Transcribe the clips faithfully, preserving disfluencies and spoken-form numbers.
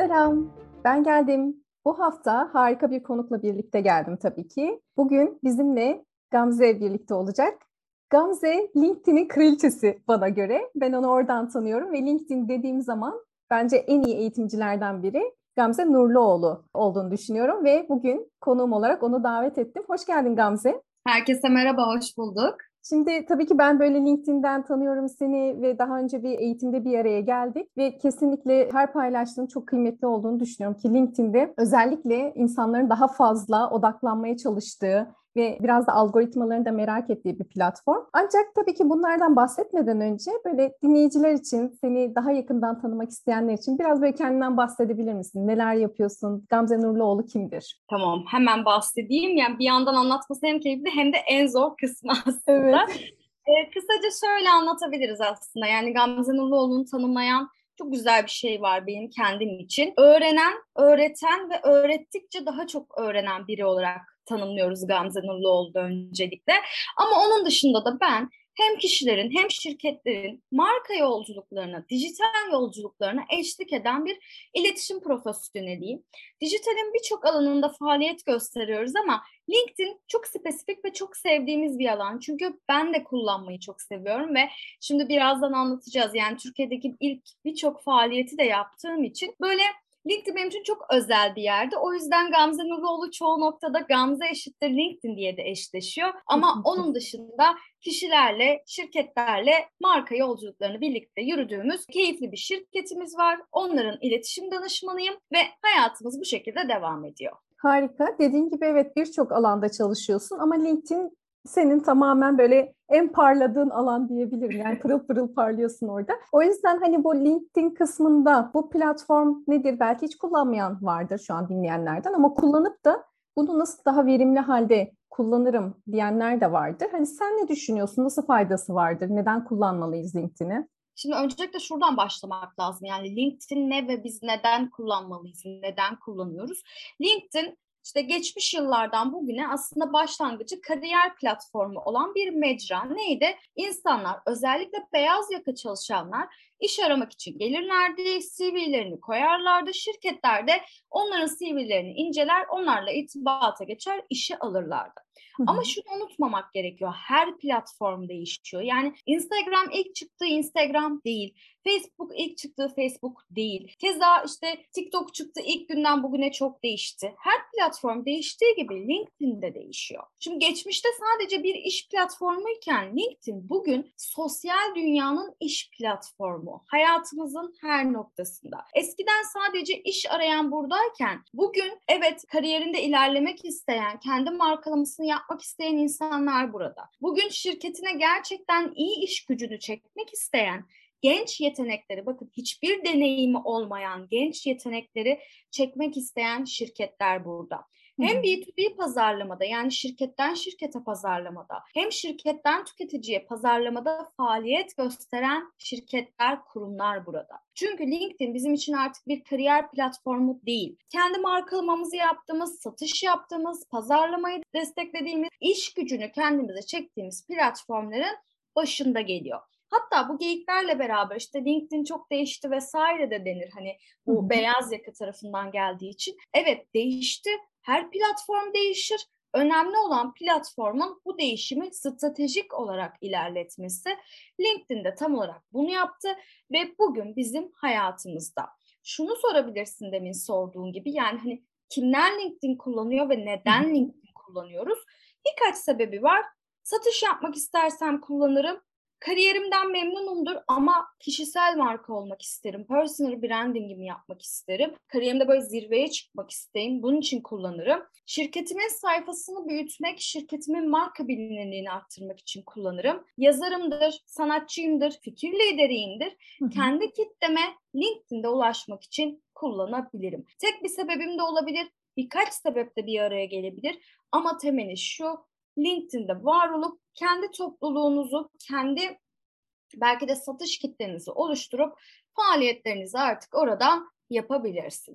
Selam, ben geldim. Bu hafta harika bir konukla birlikte geldim tabii ki. Bugün bizimle Gamze birlikte olacak. Gamze, LinkedIn'in kraliçesi bana göre. Ben onu oradan tanıyorum ve LinkedIn dediğim zaman bence en iyi eğitimcilerden biri Gamze Nurluoğlu olduğunu düşünüyorum ve bugün konuğum olarak onu davet ettim. Hoş geldin Gamze. Herkese merhaba, hoş bulduk. Şimdi tabii ki ben böyle LinkedIn'den tanıyorum seni ve daha önce bir eğitimde bir araya geldik ve kesinlikle her paylaştığın çok kıymetli olduğunu düşünüyorum ki LinkedIn'de özellikle insanların daha fazla odaklanmaya çalıştığı ve biraz da algoritmalarını da merak ettiği bir platform. Ancak tabii ki bunlardan bahsetmeden önce böyle dinleyiciler için, seni daha yakından tanımak isteyenler için biraz böyle kendinden bahsedebilir misin? Neler yapıyorsun? Gamze Nurluoğlu kimdir? Tamam, hemen bahsedeyim. Yani bir yandan anlatması hem keyifli hem de en zor kısmı aslında. Evet. Ee, kısaca şöyle anlatabiliriz aslında. Yani Gamze Nurluoğlu'nu tanımlayan çok güzel bir şey var benim kendim için. Öğrenen, öğreten ve öğrettikçe daha çok öğrenen biri olarak tanımlıyoruz Gamze Nurluoğlu'nu öncelikle. Ama onun dışında da ben hem kişilerin hem şirketlerin marka yolculuklarına, dijital yolculuklarına eşlik eden bir iletişim profesyoneliyim. Dijitalin birçok alanında faaliyet gösteriyoruz ama LinkedIn çok spesifik ve çok sevdiğimiz bir alan. Çünkü ben de kullanmayı çok seviyorum ve şimdi birazdan anlatacağız. Yani Türkiye'deki ilk birçok faaliyeti de yaptığım için böyle LinkedIn benim için çok özel bir yerde. O yüzden Gamze Nurluoğlu çoğu noktada Gamze eşittir LinkedIn diye de eşleşiyor. Ama onun dışında kişilerle, şirketlerle marka yolculuklarını birlikte yürüdüğümüz keyifli bir şirketimiz var. Onların iletişim danışmanıyım ve hayatımız bu şekilde devam ediyor. Harika. Dediğin gibi evet birçok alanda çalışıyorsun ama LinkedIn senin tamamen böyle en parladığın alan diyebilirim. Yani pırıl pırıl parlıyorsun orada. O yüzden hani bu LinkedIn kısmında bu platform nedir? Belki hiç kullanmayan vardır şu an dinleyenlerden ama kullanıp da bunu nasıl daha verimli halde kullanırım diyenler de vardır. Hani sen ne düşünüyorsun? Nasıl faydası vardır? Neden kullanmalıyız LinkedIn'i? Şimdi öncelikle şuradan başlamak lazım. Yani LinkedIn ne ve biz neden kullanmalıyız, neden kullanıyoruz? LinkedIn işte geçmiş yıllardan bugüne aslında başlangıcı kariyer platformu olan bir mecra. Neydi? İnsanlar, özellikle beyaz yaka çalışanlar iş aramak için gelirlerdi, C V'lerini koyarlardı. Şirketler de onların C V'lerini inceler, onlarla irtibata geçer, işe alırlardı. Hı hı. Ama şunu unutmamak gerekiyor. Her platform değişiyor. Yani Instagram ilk çıktığı Instagram değil. Facebook ilk çıktığı Facebook değil. Keza işte TikTok çıktı ilk günden bugüne çok değişti. Her platform değiştiği gibi LinkedIn de değişiyor. Şimdi geçmişte sadece bir iş platformuyken LinkedIn bugün sosyal dünyanın iş platformu. Hayatımızın her noktasında. Eskiden sadece iş arayan buradayken bugün evet kariyerinde ilerlemek isteyen, kendi markalamasını yapmak isteyen insanlar burada. Bugün şirketine gerçekten iyi iş gücünü çekmek isteyen genç yetenekleri, bakın hiçbir deneyimi olmayan genç yetenekleri çekmek isteyen şirketler burada. Hı hı. Hem B iki B pazarlamada, yani şirketten şirkete pazarlamada, hem şirketten tüketiciye pazarlamada faaliyet gösteren şirketler, kurumlar burada. Çünkü LinkedIn bizim için artık bir kariyer platformu değil. Kendi markalamamızı yaptığımız, satış yaptığımız, pazarlamayı desteklediğimiz, iş gücünü kendimize çektiğimiz platformların başında geliyor. Hatta bu geyiklerle beraber işte LinkedIn çok değişti vesaire de denir, hani Hı bu hı. beyaz yaka tarafından geldiği için. Evet, değişti. Her platform değişir. Önemli olan platformun bu değişimi stratejik olarak ilerletmesi. LinkedIn de tam olarak bunu yaptı ve bugün bizim hayatımızda. Şunu sorabilirsin demin sorduğun gibi, yani hani kimler LinkedIn kullanıyor ve Hı neden hı. LinkedIn kullanıyoruz? Birkaç sebebi var. Satış yapmak istersem kullanırım. Kariyerimden memnunumdur ama kişisel marka olmak isterim. Personal brandingimi yapmak isterim. Kariyerimde böyle zirveye çıkmak isteyim. Bunun için kullanırım. Şirketimin sayfasını büyütmek, şirketimin marka bilinirliğini arttırmak için kullanırım. Yazarımdır, sanatçıyımdır, fikir lideriyimdir. Hı hı. Kendi kitleme LinkedIn'de ulaşmak için kullanabilirim. Tek bir sebebim de olabilir, birkaç sebep de bir araya gelebilir. Ama temeli şu: LinkedIn'de var olup kendi topluluğunuzu, kendi belki de satış kitlenizi oluşturup faaliyetlerinizi artık oradan yapabilirsiniz.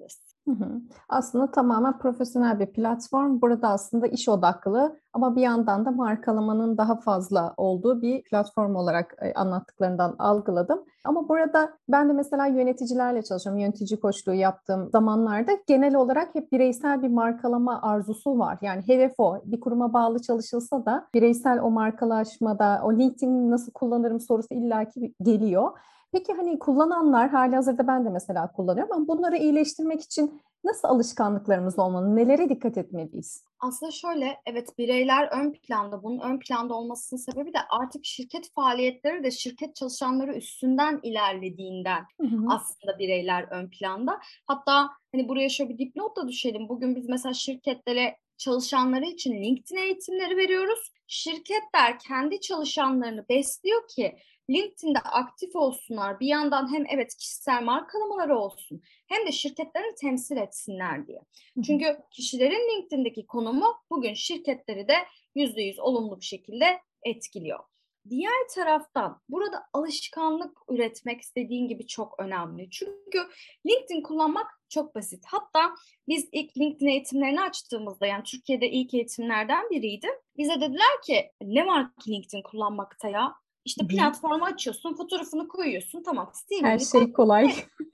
Hı hı. Aslında tamamen profesyonel bir platform. Burada aslında iş odaklı ama bir yandan da markalamanın daha fazla olduğu bir platform olarak e, anlattıklarından algıladım. Ama burada ben de mesela yöneticilerle çalışıyorum. Yönetici koçluğu yaptığım zamanlarda genel olarak hep bireysel bir markalama arzusu var. Yani hedef o. Bir kuruma bağlı çalışılsa da bireysel o markalaşmada, o LinkedIn nasıl kullanırım sorusu illaki geliyor. Peki hani kullananlar, halihazırda ben de mesela kullanıyorum ama bunları iyileştirmek için nasıl alışkanlıklarımız olmalı? Nelere dikkat etmeliyiz? Aslında şöyle, evet bireyler ön planda, bunun ön planda olmasının sebebi de artık şirket faaliyetleri de şirket çalışanları üstünden ilerlediğinden Hı hı. aslında bireyler ön planda. Hatta hani buraya şöyle bir dipnot da düşelim. Bugün biz mesela şirketlere çalışanları için LinkedIn eğitimleri veriyoruz. Şirketler kendi çalışanlarını besliyor ki LinkedIn'de aktif olsunlar. Bir yandan hem evet kişisel markalamaları olsun hem de şirketlerini temsil etsinler diye. Hı hı. Çünkü kişilerin LinkedIn'deki konumu bugün şirketleri de yüzde yüz olumlu bir şekilde etkiliyor. Diğer taraftan burada alışkanlık üretmek istediğin gibi çok önemli. Çünkü LinkedIn kullanmak çok basit. Hatta biz ilk LinkedIn eğitimlerini açtığımızda, yani Türkiye'de ilk eğitimlerden biriydi. Bize dediler ki ne var ki LinkedIn kullanmakta ya? Hı İşte hı. platformu açıyorsun, fotoğrafını koyuyorsun, tamam, Her C V'ni koy. şey kolay.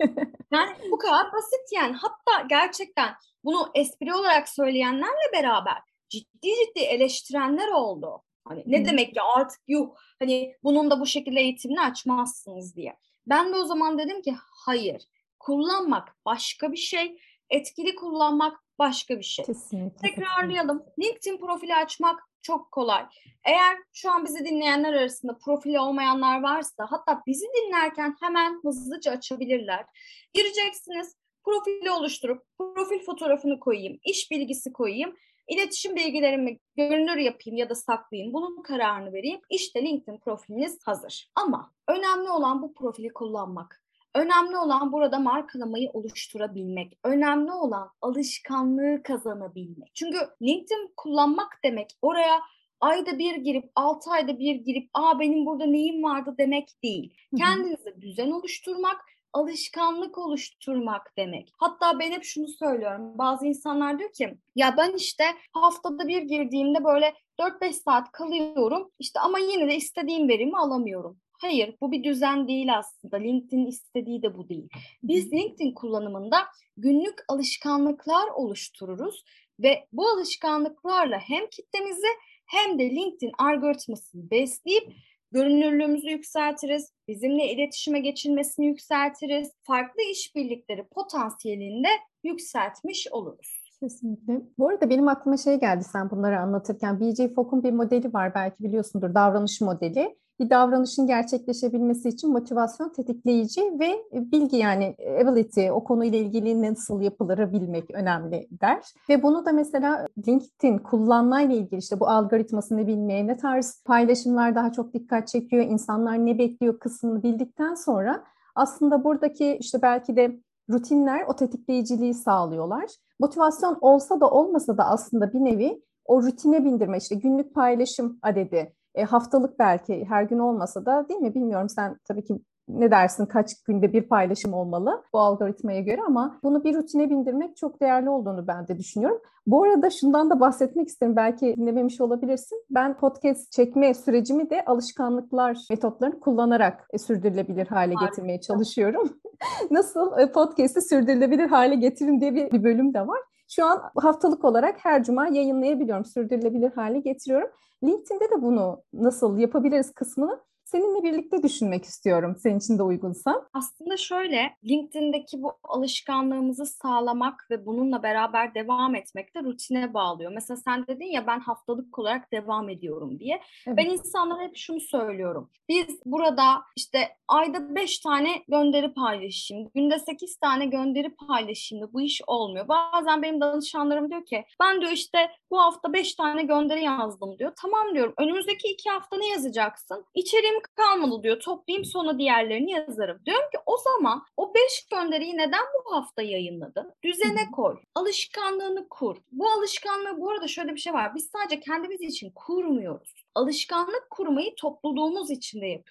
Yani bu kadar basit yani. Hatta gerçekten bunu espri olarak söyleyenlerle beraber ciddi ciddi eleştirenler oldu. Hani Hı ne hı. demek ya artık yuh, hani bunun da bu şekilde eğitimini açmazsınız diye. Ben de o zaman dedim ki hayır, kullanmak başka bir şey, etkili kullanmak başka bir şey. Kesinlikle katılıyorum. Tekrarlayalım. LinkedIn profili açmak çok kolay. Eğer şu an bizi dinleyenler arasında profili olmayanlar varsa, hatta bizi dinlerken hemen hızlıca açabilirler. Gireceksiniz, profili oluşturup profil fotoğrafını koyayım, iş bilgisi koyayım, iletişim bilgilerimi görünür yapayım ya da saklayayım. Bunun kararını vereyim. İşte LinkedIn profiliniz hazır. Ama önemli olan bu profili kullanmak. Önemli olan burada markalamayı oluşturabilmek. Önemli olan alışkanlığı kazanabilmek. Çünkü LinkedIn kullanmak demek oraya ayda bir girip, altı ayda bir girip, aa benim burada neyim vardı demek değil. Hı hı. Kendinize düzen oluşturmak, alışkanlık oluşturmak demek. Hatta ben hep şunu söylüyorum. Bazı insanlar diyor ki ya ben işte haftada bir girdiğimde böyle dört beş saat kalıyorum işte ama yine de istediğim verimi alamıyorum. Hayır, bu bir düzen değil aslında. LinkedIn istediği de bu değil. Hı hı. Biz LinkedIn kullanımında günlük alışkanlıklar oluştururuz ve bu alışkanlıklarla hem kitlemizi hem de LinkedIn algoritmasını besleyip görünürlüğümüzü yükseltiriz, bizimle iletişime geçilmesini yükseltiriz, farklı işbirlikleri potansiyelini de yükseltmiş oluruz. Kesinlikle. Bu arada benim aklıma şey geldi sen bunları anlatırken. B J Fogg'un bir modeli var, belki biliyorsundur, davranış modeli. Bir davranışın gerçekleşebilmesi için motivasyon tetikleyici ve bilgi, yani ability, o konuyla ilgili nasıl yapılır bilmek önemli der. Ve bunu da mesela LinkedIn kullanmayla ilgili işte bu algoritmasını bilmeye, ne tarz paylaşımlar daha çok dikkat çekiyor, insanlar ne bekliyor kısmını bildikten sonra aslında buradaki işte belki de rutinler o tetikleyiciliği sağlıyorlar. Motivasyon olsa da olmasa da aslında bir nevi o rutine bindirme, işte günlük paylaşım adedi, e, haftalık, belki her gün olmasa da, değil mi? Bilmiyorum, sen tabii ki ne dersin, kaç günde bir paylaşım olmalı bu algoritmaya göre, ama bunu bir rutine bindirmek çok değerli olduğunu ben de düşünüyorum. Bu arada şundan da bahsetmek isterim, belki dinlememiş olabilirsin. Ben podcast çekme sürecimi de alışkanlıklar metotlarını kullanarak e, sürdürülebilir hale getirmeye Harika. çalışıyorum. Nasıl e, podcast'i sürdürülebilir hale getirin diye bir, bir bölüm de var. Şu an haftalık olarak her cuma yayınlayabiliyorum, sürdürülebilir hale getiriyorum. LinkedIn'de de bunu nasıl yapabiliriz kısmını seninle birlikte düşünmek istiyorum, senin için de uygunsa. Aslında şöyle, LinkedIn'deki bu alışkanlığımızı sağlamak ve bununla beraber devam etmek de rutine bağlıyor. Mesela sen dedin ya ben haftalık olarak devam ediyorum diye. Ben Evet. insanlara hep şunu söylüyorum. Biz burada işte ayda beş tane gönderi paylaşayım, günde sekiz tane gönderi paylaşayım da bu iş olmuyor. Bazen benim danışanlarım diyor ki ben diyor işte bu hafta beş tane gönderi yazdım diyor. Tamam diyorum, önümüzdeki iki hafta ne yazacaksın? İçeriğim kalmadı diyor. Toplayayım sonra diğerlerini yazarım. Diyorum ki o zaman o beş gönderiyi neden bu hafta yayınladın? Hı hı. Düzene koy. Alışkanlığını kur. Bu alışkanlığı, bu arada şöyle bir şey var. Biz sadece kendimiz için kurmuyoruz. Alışkanlık kurmayı topluluğumuz için de yapıyoruz.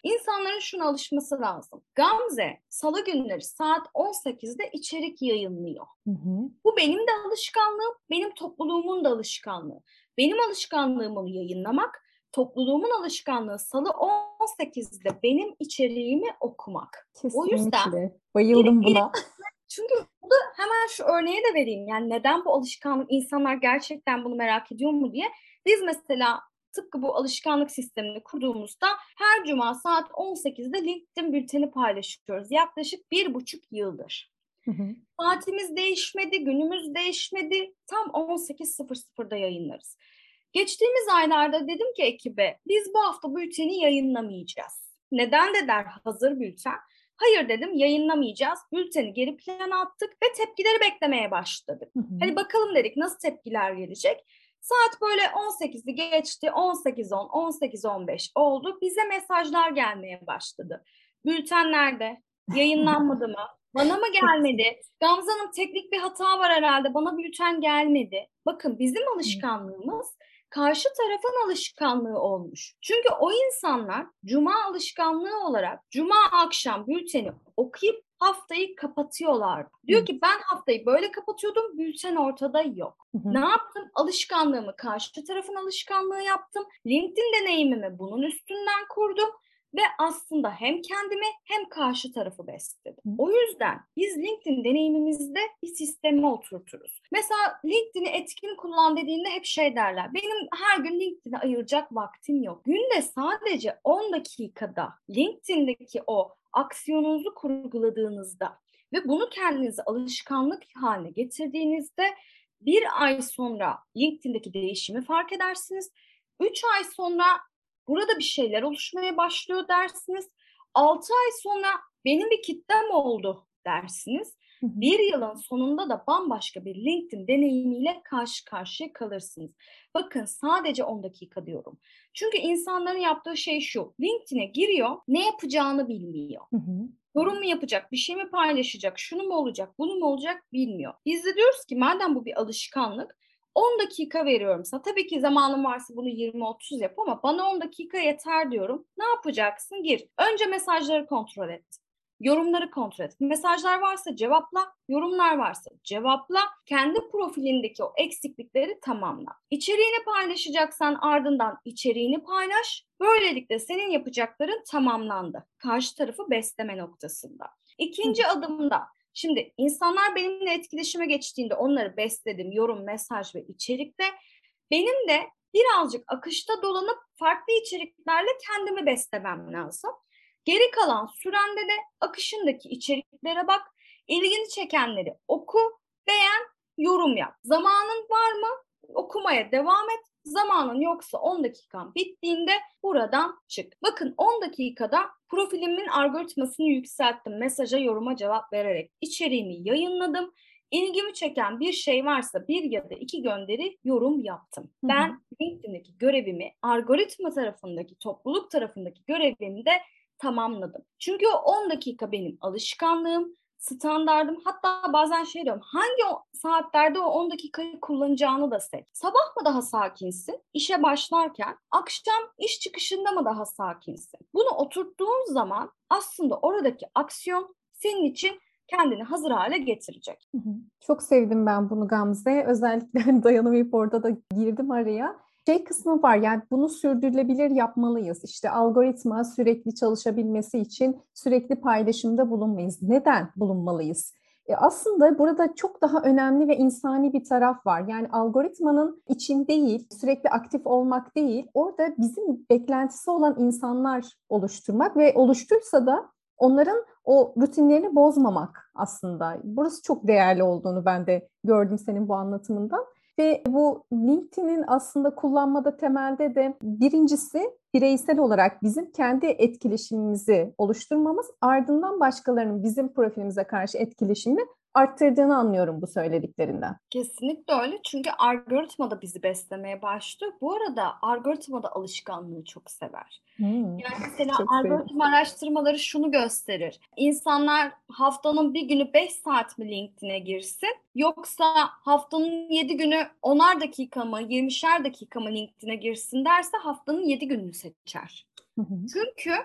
İnsanların şuna alışması lazım. Gamze salı günleri saat on sekizde içerik yayınlıyor. Hı hı. Bu benim de alışkanlığım, benim topluluğumun da alışkanlığı. Benim alışkanlığımı yayınlamak, topluluğumun alışkanlığı salı on sekizde benim içeriğimi okumak. O yüzden Kesinlikle. Bayıldım buna. çünkü bu da hemen şu örneği de vereyim. Yani neden bu alışkanlık, insanlar gerçekten bunu merak ediyor mu diye. Biz mesela tıpkı bu alışkanlık sistemini kurduğumuzda her cuma saat on sekizde LinkedIn bülteni paylaşıyoruz. Yaklaşık bir buçuk yıldır. Hı hı. Saatimiz değişmedi, günümüz değişmedi. Tam on sekiz sıfır sıfırda yayınlarız. Geçtiğimiz aylarda dedim ki ekibe, biz bu hafta bülteni yayınlamayacağız. Neden dediler, hazır bülten. Hayır dedim, yayınlamayacağız. Bülteni geri plana attık ve tepkileri beklemeye başladık. Hı hı. Hadi bakalım dedik, nasıl tepkiler gelecek. Saat böyle on sekizi geçti, on sekiz on, on sekiz on beş oldu. Bize mesajlar gelmeye başladı. Bülten nerede? Yayınlanmadı mı? Bana mı gelmedi? Gamze Hanım, teknik bir hata var herhalde. Bana bülten gelmedi. Bakın, bizim alışkanlığımız karşı tarafın alışkanlığı olmuş. Çünkü o insanlar cuma alışkanlığı olarak cuma akşam bülteni okuyup haftayı kapatıyorlar. Diyor ki ben haftayı böyle kapatıyordum, bülten ortada yok. Hı hı. Ne yaptım? Alışkanlığımı karşı tarafın alışkanlığı yaptım. LinkedIn deneyimimi bunun üstünden kurdum. Ve aslında hem kendimi hem karşı tarafı besledim. O yüzden biz LinkedIn deneyimimizde bir sisteme oturturuz. Mesela LinkedIn'i etkin kullan dediğinde hep şey derler. Benim her gün LinkedIn'e ayıracak vaktim yok. Günde sadece on dakikada LinkedIn'deki o aksiyonunuzu kurguladığınızda ve bunu kendinize alışkanlık haline getirdiğinizde bir ay sonra LinkedIn'deki değişimi fark edersiniz. Üç ay sonra burada bir şeyler oluşmaya başlıyor dersiniz. Altı ay sonra benim bir kitlem oldu dersiniz. Hı hı. Bir yılın sonunda da bambaşka bir LinkedIn deneyimiyle karşı karşıya kalırsınız. Bakın, sadece on dakika diyorum. Çünkü insanların yaptığı şey şu. LinkedIn'e giriyor, ne yapacağını bilmiyor. Hı hı. Yorum mu yapacak, bir şey mi paylaşacak, şunu mu olacak, bunu mu olacak bilmiyor. Biz de diyoruz ki madem bu bir alışkanlık, on dakika veriyorum sana. Tabii ki zamanın varsa bunu yirmi otuz yap ama bana on dakika yeter diyorum. Ne yapacaksın? Gir. Önce mesajları kontrol et. Yorumları kontrol et. Mesajlar varsa cevapla, yorumlar varsa cevapla. Kendi profilindeki o eksiklikleri tamamla. İçeriğini paylaşacaksan ardından içeriğini paylaş. Böylelikle senin yapacakların tamamlandı. Karşı tarafı besleme noktasında. İkinci adımda, şimdi insanlar benimle etkileşime geçtiğinde onları besledim, yorum, mesaj ve içerikte. Benim de birazcık akışta dolanıp farklı içeriklerle kendimi beslemem lazım. Geri kalan sürende de akışındaki içeriklere bak, ilgini çekenleri oku, beğen, yorum yap. Zamanın var mı? Okumaya devam et. Zamanın yoksa on dakikan bittiğinde buradan çık. Bakın, on dakikada profilimin algoritmasını yükselttim. Mesaja, yoruma cevap vererek içeriğimi yayınladım. İlgimi çeken bir şey varsa bir ya da iki gönderi, yorum yaptım. Hı hı. Ben LinkedIn'deki görevimi, algoritma tarafındaki, topluluk tarafındaki görevimi de tamamladım. Çünkü o on dakika benim alışkanlığım, standardım. Hatta bazen şey diyorum, hangi saatlerde o on dakikayı kullanacağını da seç. Sabah mı daha sakinsin, işe başlarken, akşam iş çıkışında mı daha sakinsin? Bunu oturttuğun zaman aslında oradaki aksiyon senin için kendini hazır hale getirecek. Hı hı. Çok sevdim ben bunu Gamze. Özellikle hani dayanamayıp orada da girdim araya. Şey kısmı var, yani bunu sürdürülebilir yapmalıyız. İşte algoritma sürekli çalışabilmesi için sürekli paylaşımda bulunmayız. Neden bulunmalıyız? E aslında burada çok daha önemli ve insani bir taraf var. Yani algoritmanın için değil, sürekli aktif olmak değil, orada bizim beklentisi olan insanlar oluşturmak ve oluştuysa da onların o rutinlerini bozmamak aslında. Burası çok değerli olduğunu ben de gördüm senin bu anlatımından. Ve bu LinkedIn'in aslında kullanmada temelde de birincisi bireysel olarak bizim kendi etkileşimimizi oluşturmamız, ardından başkalarının bizim profilimize karşı etkileşimini arttırdığını anlıyorum bu söylediklerinden. Kesinlikle öyle, çünkü algoritma da bizi beslemeye başlıyor. Bu arada algoritma da alışkanlığı çok sever. Hmm, Yani mesela çok sevdim. algoritma araştırmaları şunu gösterir. İnsanlar haftanın bir günü beş saat mi LinkedIn'e girsin, yoksa haftanın yedi günü onar dakika mı, yirmişer dakika mı LinkedIn'e girsin derse haftanın yedi gününü seçer. Hı hı. Çünkü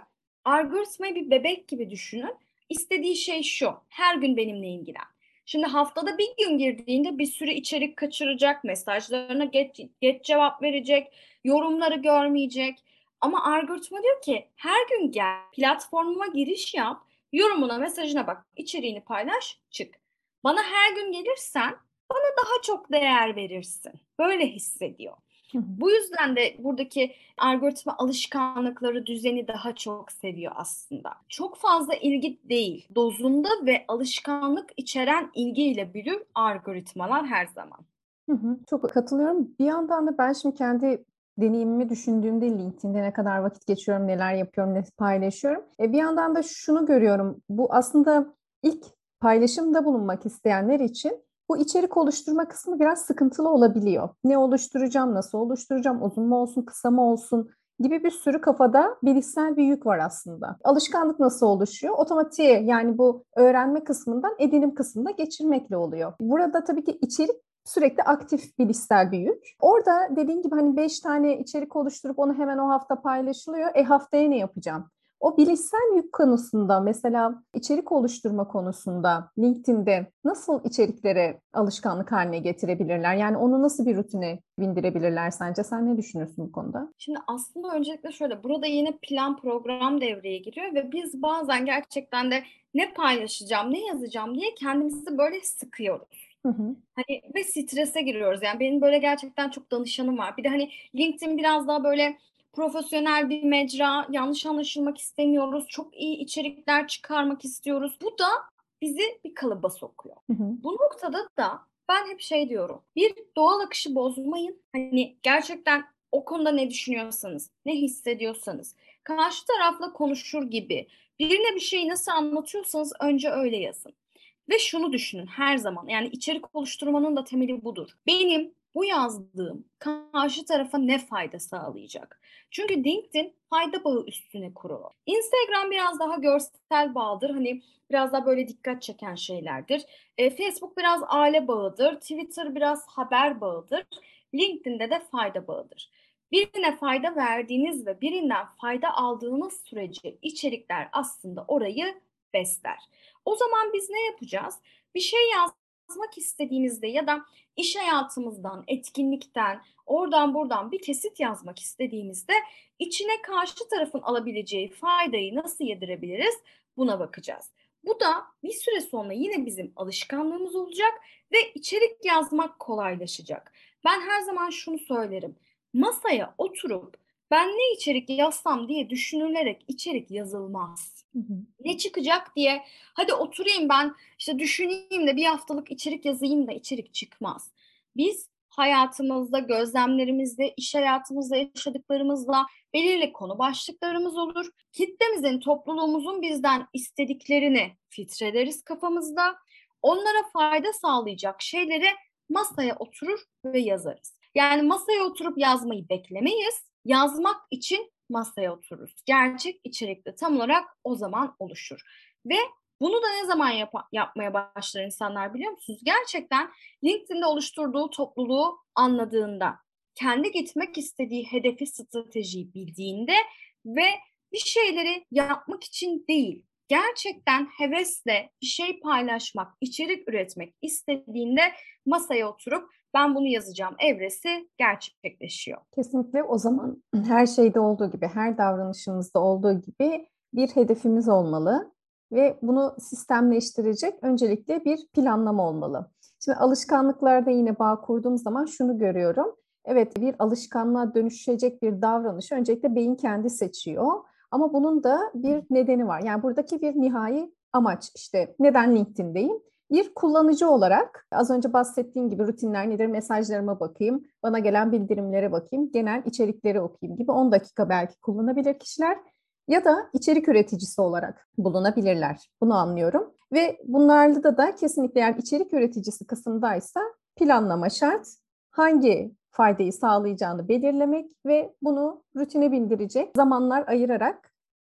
Algoritmayı bir bebek gibi düşünün. İstediği şey şu: her gün benimle ilgilen. Şimdi haftada bir gün girdiğinde bir sürü içerik kaçıracak, mesajlarına geç, geç cevap verecek, yorumları görmeyecek. Ama algoritma diyor ki her gün gel, platformuma giriş yap, yorumuna, mesajına bak, içeriğini paylaş, çık. Bana her gün gelirsen bana daha çok değer verirsin. Böyle hissediyor. Hı hı. Bu yüzden de buradaki algoritma alışkanlıkları, düzeni daha çok seviyor aslında. Çok fazla ilgi değil, dozunda ve alışkanlık içeren ilgiyle büyür algoritmalar her zaman. Hı hı. Çok katılıyorum. Bir yandan da ben şimdi kendi deneyimimi düşündüğümde LinkedIn'de ne kadar vakit geçiyorum, neler yapıyorum, ne paylaşıyorum. E bir yandan da şunu görüyorum. Bu aslında ilk paylaşımda bulunmak isteyenler için bu içerik oluşturma kısmı biraz sıkıntılı olabiliyor. Ne oluşturacağım, nasıl oluşturacağım, uzun mu olsun, kısa mı olsun gibi bir sürü kafada bilişsel bir yük var aslında. Alışkanlık nasıl oluşuyor? Otomatiğe, yani bu öğrenme kısmından edinim kısmına geçirmekle oluyor. Burada tabii ki içerik sürekli aktif bilişsel bir yük. Orada dediğin gibi hani beş tane içerik oluşturup onu hemen o hafta paylaşılıyor. E haftaya ne yapacağım? O bilişsel yük konusunda, mesela içerik oluşturma konusunda LinkedIn'de nasıl içeriklere alışkanlık haline getirebilirler? Yani onu nasıl bir rutine bindirebilirler sence? Sen ne düşünüyorsun bu konuda? Şimdi aslında öncelikle şöyle, burada yine plan program devreye giriyor ve biz bazen gerçekten de ne paylaşacağım, ne yazacağım diye kendimizi böyle sıkıyoruz. Hı hı. Hani ve strese giriyoruz. Yani benim böyle gerçekten çok danışanım var. Bir de hani LinkedIn biraz daha böyle profesyonel bir mecra. Yanlış anlaşılmak istemiyoruz. Çok iyi içerikler çıkarmak istiyoruz. Bu da bizi bir kalıba sokuyor. Hı hı. Bu noktada da ben hep şey diyorum. Bir, doğal akışı bozmayın. Hani gerçekten o konuda ne düşünüyorsanız, ne hissediyorsanız, karşı tarafla konuşur gibi birine bir şeyi nasıl anlatıyorsanız önce öyle yazın. Ve şunu düşünün her zaman, yani içerik oluşturmanın da temeli budur. Benim bu yazdığım karşı tarafa ne fayda sağlayacak? Çünkü LinkedIn fayda bağı üstüne kurulu. Instagram biraz daha görsel bağdır. Hani biraz daha böyle dikkat çeken şeylerdir. E, Facebook biraz aile bağıdır. Twitter biraz haber bağıdır. LinkedIn'de de fayda bağıdır. Birine fayda verdiğiniz ve birinden fayda aldığınız sürece içerikler aslında orayı besler. O zaman biz ne yapacağız? Bir şey yazmak istediğimizde ya da iş hayatımızdan, etkinlikten, oradan buradan bir kesit yazmak istediğimizde içine karşı tarafın alabileceği faydayı nasıl yedirebiliriz? Buna bakacağız. Bu da bir süre sonra yine bizim alışkanlığımız olacak ve içerik yazmak kolaylaşacak. Ben her zaman şunu söylerim. Masaya oturup ben ne içerik yazsam diye düşünülerek içerik yazılmaz. Hı hı. Ne çıkacak diye hadi oturayım ben işte düşüneyim de bir haftalık içerik yazayım da içerik çıkmaz. Biz hayatımızda, gözlemlerimizde, iş hayatımızda yaşadıklarımızla belirli konu başlıklarımız olur. Kitlemizin, topluluğumuzun bizden istediklerini filtreleriz kafamızda. Onlara fayda sağlayacak şeyleri masaya oturur ve yazarız. Yani masaya oturup yazmayı beklemeyiz. Yazmak için masaya otururuz. Gerçek içerikte tam olarak o zaman oluşur. Ve bunu da ne zaman yap- yapmaya başlar insanlar biliyor musunuz? Gerçekten LinkedIn'de oluşturduğu topluluğu anladığında, kendi gitmek istediği hedefi, stratejiyi bildiğinde ve bir şeyleri yapmak için değil, gerçekten hevesle bir şey paylaşmak, içerik üretmek istediğinde masaya oturup ben bunu yazacağım evresi gerçekleşiyor. Kesinlikle, o zaman her şeyde olduğu gibi, her davranışımızda olduğu gibi bir hedefimiz olmalı ve bunu sistemleştirecek öncelikle bir planlama olmalı. Şimdi alışkanlıklarda yine bağ kurduğum zaman şunu görüyorum. Evet, bir alışkanlığa dönüşecek bir davranışı öncelikle beyin kendi seçiyor. Ama bunun da bir nedeni var. Yani buradaki bir nihai amaç, işte neden LinkedIn'deyim? Bir kullanıcı olarak az önce bahsettiğim gibi rutinler nedir? Mesajlarıma bakayım, bana gelen bildirimlere bakayım, genel içerikleri okuyayım gibi on dakika belki kullanabilir kişiler ya da içerik üreticisi olarak bulunabilirler. Bunu anlıyorum. Ve bunlarla da da kesinlikle, eğer içerik üreticisi kısımdaysa planlama şart. Hangi faydayı sağlayacağını belirlemek ve bunu rutine bindirecek zamanlar ayırarak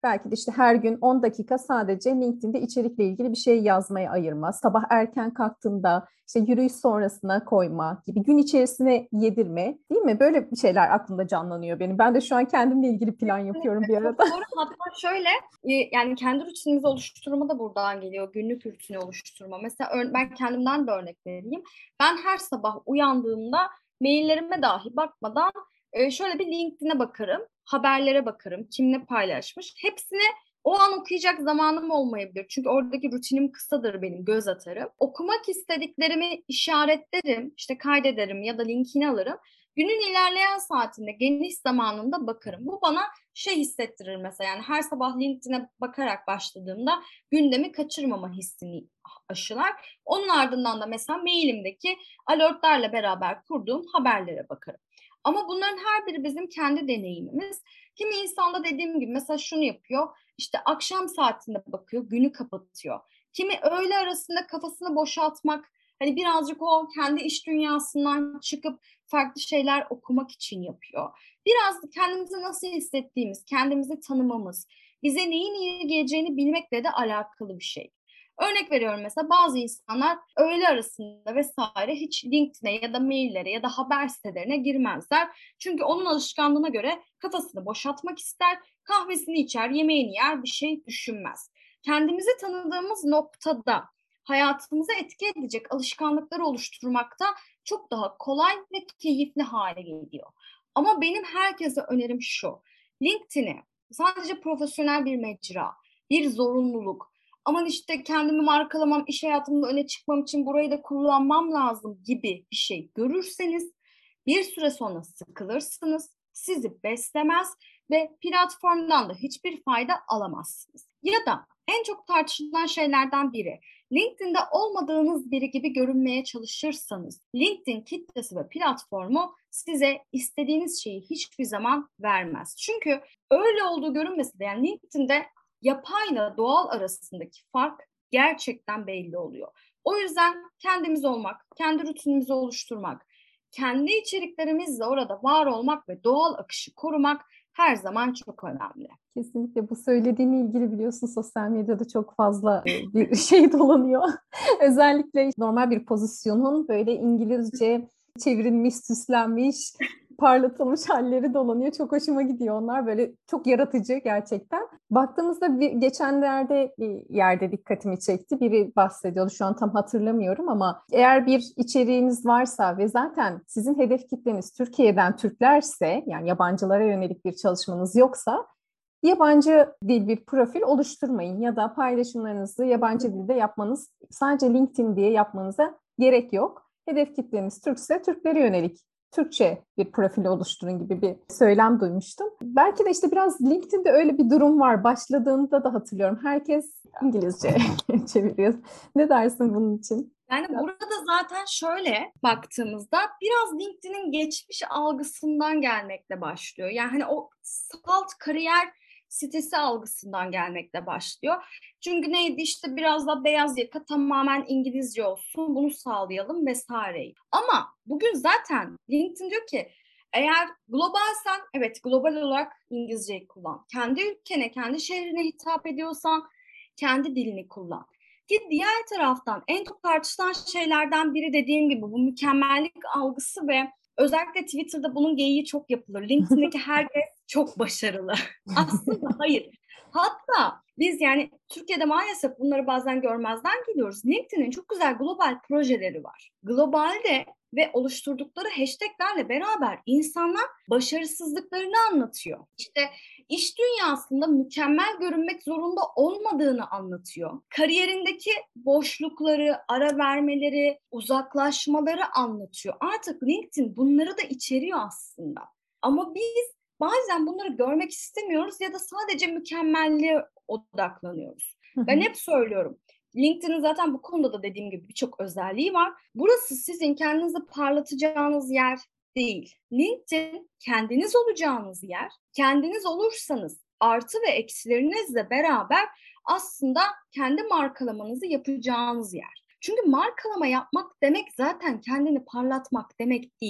Belki de işte her gün on dakika sadece LinkedIn'de içerikle ilgili bir şey yazmaya ayırma. Sabah erken kalktığında işte yürüyüş sonrasına koyma gibi, gün içerisine yedirme, değil mi? Böyle bir şeyler aklımda canlanıyor benim. Ben de şu an kendimle ilgili plan yapıyorum bir Çok arada. doğru. Hatta şöyle e, yani kendi rutinimizi oluşturma da buradan geliyor. Günlük rutini oluşturma. Mesela ör- ben kendimden de örnek vereyim. Ben her sabah uyandığımda maillerime dahi bakmadan e, şöyle bir LinkedIn'e bakarım. Haberlere bakarım. Kim ne paylaşmış. Hepsini o an okuyacak zamanım olmayabilir. Çünkü oradaki rutinim kısadır benim. Göz atarım. Okumak istediklerimi işaretlerim. İşte kaydederim ya da linkini alırım. Günün ilerleyen saatinde, geniş zamanında bakarım. Bu bana şey hissettirir mesela, yani her sabah LinkedIn'e bakarak başladığımda gündemi kaçırmama hissini aşılar. Onun ardından da mesela mailimdeki alertlerle beraber kurduğum haberlere bakarım. Ama bunların her biri bizim kendi deneyimimiz. Kimi insanda dediğim gibi mesela şunu yapıyor, işte akşam saatinde bakıyor, günü kapatıyor. Kimi öğle arasında kafasını boşaltmak, hani birazcık o kendi iş dünyasından çıkıp farklı şeyler okumak için yapıyor. Biraz kendimizi nasıl hissettiğimiz, kendimizi tanımamız, bize neyin iyi geleceğini bilmekle de alakalı bir şey. Örnek veriyorum, mesela bazı insanlar öğle arasında vesaire hiç LinkedIn'e ya da maillere ya da haber sitelerine girmezler. Çünkü onun alışkanlığına göre kafasını boşaltmak ister, kahvesini içer, yemeğini yer, bir şey düşünmez. Kendimizi tanıdığımız noktada hayatımıza etki edecek alışkanlıkları oluşturmakta çok daha kolay ve keyifli hale geliyor. Ama benim herkese önerim şu: LinkedIn'i sadece profesyonel bir mecra, bir zorunluluk, aman işte kendimi markalamam, iş hayatımda öne çıkmam için burayı da kullanmam lazım gibi bir şey görürseniz bir süre sonra sıkılırsınız, sizi beslemez ve platformdan da hiçbir fayda alamazsınız. Ya da en çok tartışılan şeylerden biri, LinkedIn'de olmadığınız biri gibi görünmeye çalışırsanız LinkedIn kitlesi ve platformu size istediğiniz şeyi hiçbir zaman vermez. Çünkü öyle olduğu görünmesi de, yani LinkedIn'de yapayla doğal arasındaki fark gerçekten belli oluyor. O yüzden kendimiz olmak, kendi rutinimizi oluşturmak, kendi içeriklerimizle orada var olmak ve doğal akışı korumak her zaman çok önemli. Kesinlikle bu söylediğinle ilgili biliyorsun sosyal medyada çok fazla e, bir şey dolanıyor. Özellikle normal bir pozisyonun böyle İngilizce çevrilmiş, süslenmiş, parlatılmış halleri dolanıyor. Çok hoşuma gidiyor onlar. Böyle çok yaratıcı gerçekten. Baktığımızda bir, geçenlerde bir yerde dikkatimi çekti. Biri bahsediyordu. Şu an tam hatırlamıyorum ama eğer bir içeriğiniz varsa ve zaten sizin hedef kitleniz Türkiye'den Türklerse, yani yabancılara yönelik bir çalışmanız yoksa yabancı dil bir profil oluşturmayın ya da paylaşımlarınızı yabancı dilde yapmanız, sadece LinkedIn diye yapmanıza gerek yok. Hedef kitleniz Türkse Türklere yönelik Türkçe bir profil oluşturun gibi bir söylem duymuştum. Belki de işte biraz LinkedIn'de öyle bir durum var. Başladığında da hatırlıyorum. Herkes İngilizce çeviriyor. Ne dersin bunun için? Yani burada zaten şöyle baktığımızda biraz LinkedIn'in geçmiş algısından gelmekle başlıyor. Yani hani o salt kariyer sitesi algısından gelmekle başlıyor. Çünkü neydi, işte biraz da beyaz yaka, tamamen İngilizce olsun, bunu sağlayalım vesaire. Ama bugün zaten LinkedIn diyor ki eğer globalsen, evet, global olarak İngilizceyi kullan. Kendi ülkene, kendi şehrine hitap ediyorsan kendi dilini kullan. Ki diğer taraftan en çok tartışılan şeylerden biri, dediğim gibi, bu mükemmellik algısı ve özellikle Twitter'da bunun geyiği çok yapılır. LinkedIn'deki herkes çok başarılı. Aslında hayır. Hatta biz yani Türkiye'de maalesef bunları bazen görmezden geliyoruz. LinkedIn'in çok güzel global projeleri var. Globalde ve oluşturdukları hashtaglerle beraber insanlar başarısızlıklarını anlatıyor. İşte iş dünyasında mükemmel görünmek zorunda olmadığını anlatıyor. Kariyerindeki boşlukları, ara vermeleri, uzaklaşmaları anlatıyor. Artık LinkedIn bunları da içeriyor aslında. Ama biz bazen bunları görmek istemiyoruz ya da sadece mükemmelliğe odaklanıyoruz. Ben hep söylüyorum, LinkedIn'in zaten bu konuda da dediğim gibi birçok özelliği var. Burası sizin kendinizi parlatacağınız yer değil. LinkedIn kendiniz olacağınız yer. Kendiniz olursanız artı ve eksilerinizle beraber aslında kendi markalamanızı yapacağınız yer. Çünkü markalama yapmak demek zaten kendini parlatmak demek değil.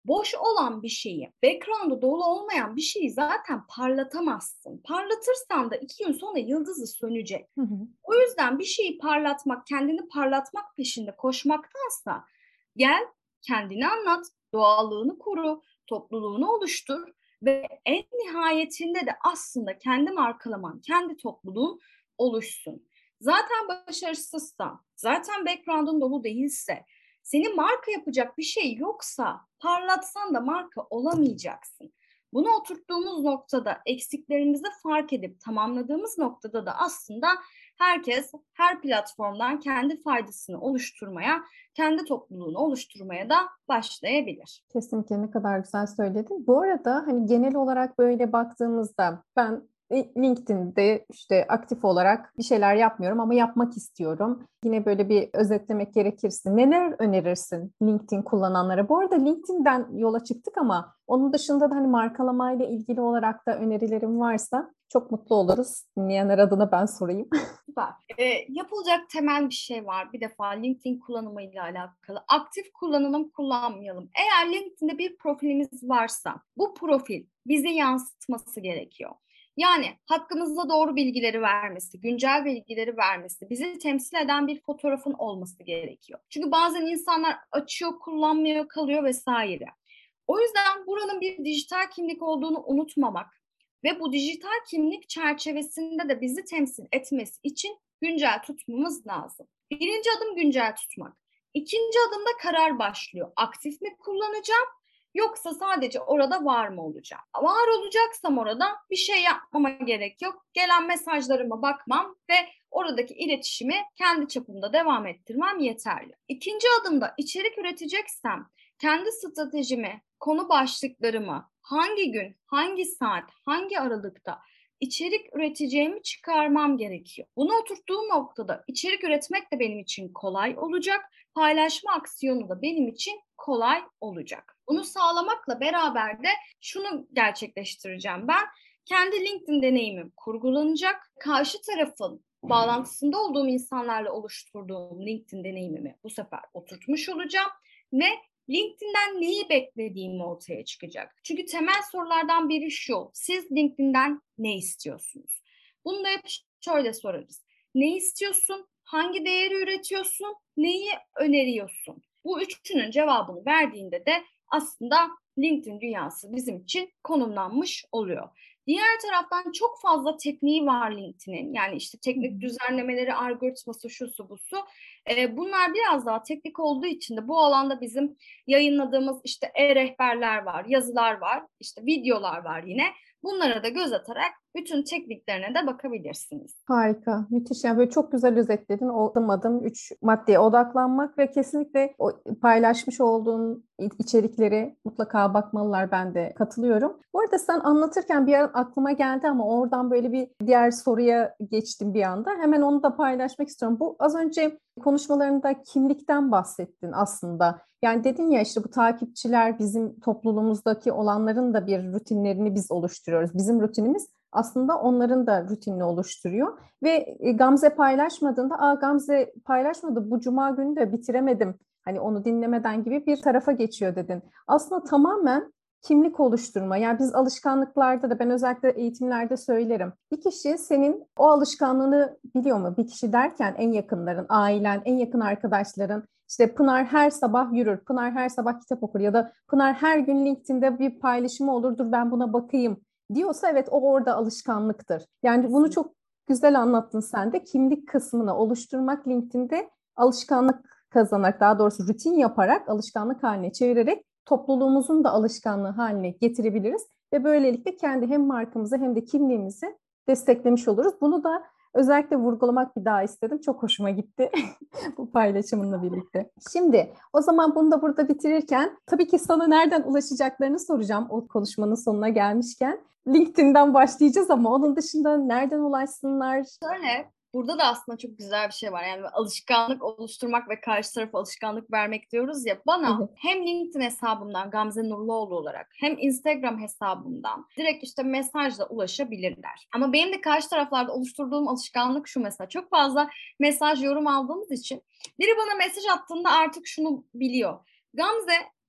Boş olan bir şeyi, background'u dolu olmayan bir şeyi zaten parlatamazsın. Parlatırsan da iki gün sonra yıldızı sönecek. Hı hı. O yüzden bir şeyi parlatmak, kendini parlatmak peşinde koşmaktansa gel kendini anlat, doğallığını koru, topluluğunu oluştur ve en nihayetinde de aslında kendi markalaman, kendi topluluğun oluşsun. Zaten başarısızsan, zaten background'un dolu değilse, senin marka yapacak bir şey yoksa parlatsan da marka olamayacaksın. Bunu oturttuğumuz noktada eksiklerimizi fark edip tamamladığımız noktada da aslında herkes her platformdan kendi faydasını oluşturmaya, kendi topluluğunu oluşturmaya da başlayabilir. Kesinlikle ne kadar güzel söyledin. Bu arada hani genel olarak böyle baktığımızda ben LinkedIn'de işte aktif olarak bir şeyler yapmıyorum ama yapmak istiyorum. Yine böyle bir özetlemek gerekirse neler önerirsin LinkedIn kullananlara? Bu arada LinkedIn'den yola çıktık ama onun dışında da hani markalamayla ilgili olarak da önerilerim varsa çok mutlu oluruz. Dinleyenler adına ben sorayım. Süper. E, yapılacak temel bir şey var. Bir defa LinkedIn kullanımıyla alakalı. Aktif kullanalım, kullanmayalım. Eğer LinkedIn'de bir profilimiz varsa bu profil bize yansıtması gerekiyor. Yani hakkımızda doğru bilgileri vermesi, güncel bilgileri vermesi, bizi temsil eden bir fotoğrafın olması gerekiyor. Çünkü bazen insanlar açıyor, kullanmıyor, kalıyor vesaire. O yüzden buranın bir dijital kimlik olduğunu unutmamak ve bu dijital kimlik çerçevesinde de bizi temsil etmesi için güncel tutmamız lazım. Birinci adım güncel tutmak. İkinci adımda karar başlıyor. Aktif mi kullanacağım yoksa sadece orada var mı olacağım? Var olacaksam orada bir şey yapmama gerek yok. Gelen mesajlarıma bakmam ve oradaki iletişimi kendi çapımda devam ettirmem yeterli. İkinci adımda içerik üreteceksem kendi stratejimi, konu başlıklarımı hangi gün, hangi saat, hangi aralıkta içerik üreteceğimi çıkarmam gerekiyor. Bunu oturttuğum noktada içerik üretmek de benim için kolay olacak. Paylaşma aksiyonu da benim için kolay olacak. Bunu sağlamakla beraber de şunu gerçekleştireceğim ben. Kendi LinkedIn deneyimim kurgulanacak. Karşı tarafın bağlantısında olduğum insanlarla oluşturduğum LinkedIn deneyimimi bu sefer oturtmuş olacağım ve LinkedIn'den neyi beklediğim ortaya çıkacak. Çünkü temel sorulardan biri şu. Siz LinkedIn'den ne istiyorsunuz? Bunu da hep şöyle sorarız. Ne istiyorsun? Hangi değeri üretiyorsun? Neyi öneriyorsun? Bu üçünün cevabını verdiğinde de aslında LinkedIn dünyası bizim için konumlanmış oluyor. Diğer taraftan çok fazla tekniği var LinkedIn'in. Yani işte teknik düzenlemeleri, algoritması, şusu busu. Ee, bunlar biraz daha teknik olduğu için de bu alanda bizim yayınladığımız işte e-rehberler var, yazılar var, işte videolar var yine. Bunlara da göz atarak bütün tekniklerine de bakabilirsiniz. Harika, müthiş. Yani böyle çok güzel özetledin. O adım adım üç maddeye odaklanmak ve kesinlikle o paylaşmış olduğun içerikleri mutlaka bakmalılar. Ben de katılıyorum. Bu arada sen anlatırken bir an aklıma geldi ama oradan böyle bir diğer soruya geçtim bir anda. Hemen onu da paylaşmak istiyorum. Bu az önce konuşmalarında kimlikten bahsettin aslında. Yani dedin ya işte bu takipçiler bizim topluluğumuzdaki olanların da bir rutinlerini biz oluşturuyoruz. Bizim rutinimiz aslında onların da rutinini oluşturuyor. Ve Gamze paylaşmadığında, aa Gamze paylaşmadı bu cuma günü de bitiremedim. Hani onu dinlemeden gibi bir tarafa geçiyor dedin. Aslında tamamen kimlik oluşturma. Yani biz alışkanlıklarda da ben özellikle eğitimlerde söylerim. Bir kişi senin o alışkanlığını biliyor mu? Bir kişi derken en yakınların, ailen, en yakın arkadaşların. İşte Pınar her sabah yürür, Pınar her sabah kitap okur ya da Pınar her gün LinkedIn'de bir paylaşımı olur, dur ben buna bakayım diyorsa evet o orada alışkanlıktır. Yani bunu çok güzel anlattın sen de. Kimlik kısmını oluşturmak LinkedIn'de alışkanlık kazanarak, daha doğrusu rutin yaparak, alışkanlık haline çevirerek topluluğumuzun da alışkanlığı haline getirebiliriz ve böylelikle kendi hem markamızı hem de kimliğimizi desteklemiş oluruz. Bunu da özellikle vurgulamak bir daha istedim. Çok hoşuma gitti bu paylaşımınla birlikte. Şimdi o zaman bunu da burada bitirirken tabii ki sana nereden ulaşacaklarını soracağım o konuşmanın sonuna gelmişken. LinkedIn'den başlayacağız ama onun dışında nereden ulaşsınlar? Şöyle, burada da aslında çok güzel bir şey var. Yani alışkanlık oluşturmak ve karşı tarafa alışkanlık vermek diyoruz ya. Bana Evet. hem LinkedIn hesabımdan Gamze Nurluoğlu olarak hem Instagram hesabımdan direkt işte mesajla ulaşabilirler. Ama benim de karşı taraflarda oluşturduğum alışkanlık şu mesela. Çok fazla mesaj, yorum aldığımız için biri bana mesaj attığında artık şunu biliyor. Gamze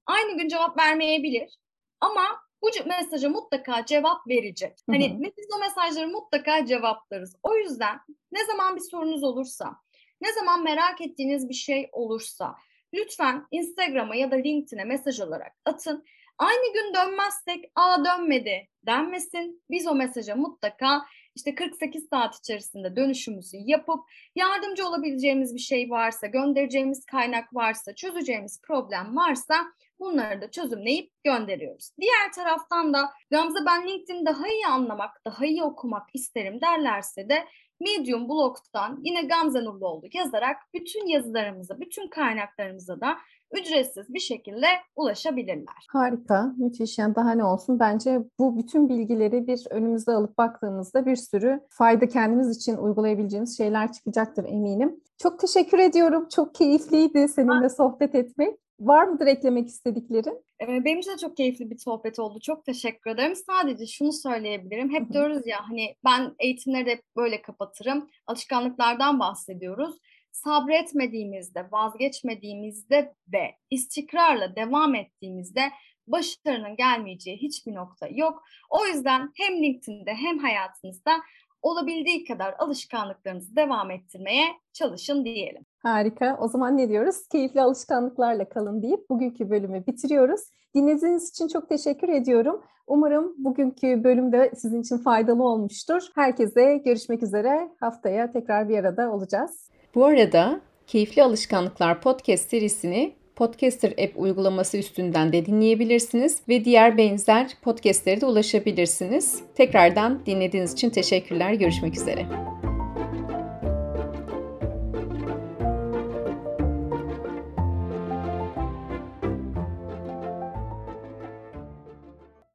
Aynı gün cevap vermeyebilir ama bu mesaja mutlaka cevap verecek. Hani hı hı. Biz o mesajları mutlaka cevaplarız. O yüzden ne zaman bir sorunuz olursa, ne zaman merak ettiğiniz bir şey olursa lütfen Instagram'a ya da LinkedIn'e mesaj olarak atın. Aynı gün dönmezsek, aa dönmedi denmesin. Biz o mesaja mutlaka işte kırk sekiz saat içerisinde dönüşümüzü yapıp yardımcı olabileceğimiz bir şey varsa, göndereceğimiz kaynak varsa, çözeceğimiz problem varsa bunları da çözümleyip gönderiyoruz. Diğer taraftan da Gamze ben LinkedIn daha iyi anlamak, daha iyi okumak isterim derlerse de Medium blog'tan yine Gamze Nurluoğlu yazarak bütün yazılarımıza, bütün kaynaklarımıza da ücretsiz bir şekilde ulaşabilirler. Harika, müthiş. Yani daha ne olsun? Bence bu bütün bilgileri bir önümüze alıp baktığımızda bir sürü fayda kendimiz için uygulayabileceğimiz şeyler çıkacaktır eminim. Çok teşekkür ediyorum. Çok keyifliydi seninle sohbet etmek. Var mıdır eklemek istediklerin? Benim için de çok keyifli bir sohbet oldu. Çok teşekkür ederim. Sadece şunu söyleyebilirim. Hep diyoruz ya hani ben eğitimleri de hep böyle kapatırım. Alışkanlıklardan bahsediyoruz. Sabretmediğimizde, vazgeçmediğimizde ve istikrarla devam ettiğimizde başarının gelmeyeceği hiçbir nokta yok. O yüzden hem LinkedIn'de hem hayatınızda olabildiği kadar alışkanlıklarınızı devam ettirmeye çalışın diyelim. Harika. O zaman ne diyoruz? Keyifli alışkanlıklarla kalın deyip bugünkü bölümü bitiriyoruz. Dinlediğiniz için çok teşekkür ediyorum. Umarım bugünkü bölüm de sizin için faydalı olmuştur. Herkese görüşmek üzere. Haftaya tekrar bir arada olacağız. Bu arada Keyifli Alışkanlıklar podcast serisini Podcaster app uygulaması üstünden de dinleyebilirsiniz ve diğer benzer podcastlere de ulaşabilirsiniz. Tekrardan dinlediğiniz için teşekkürler. Görüşmek üzere.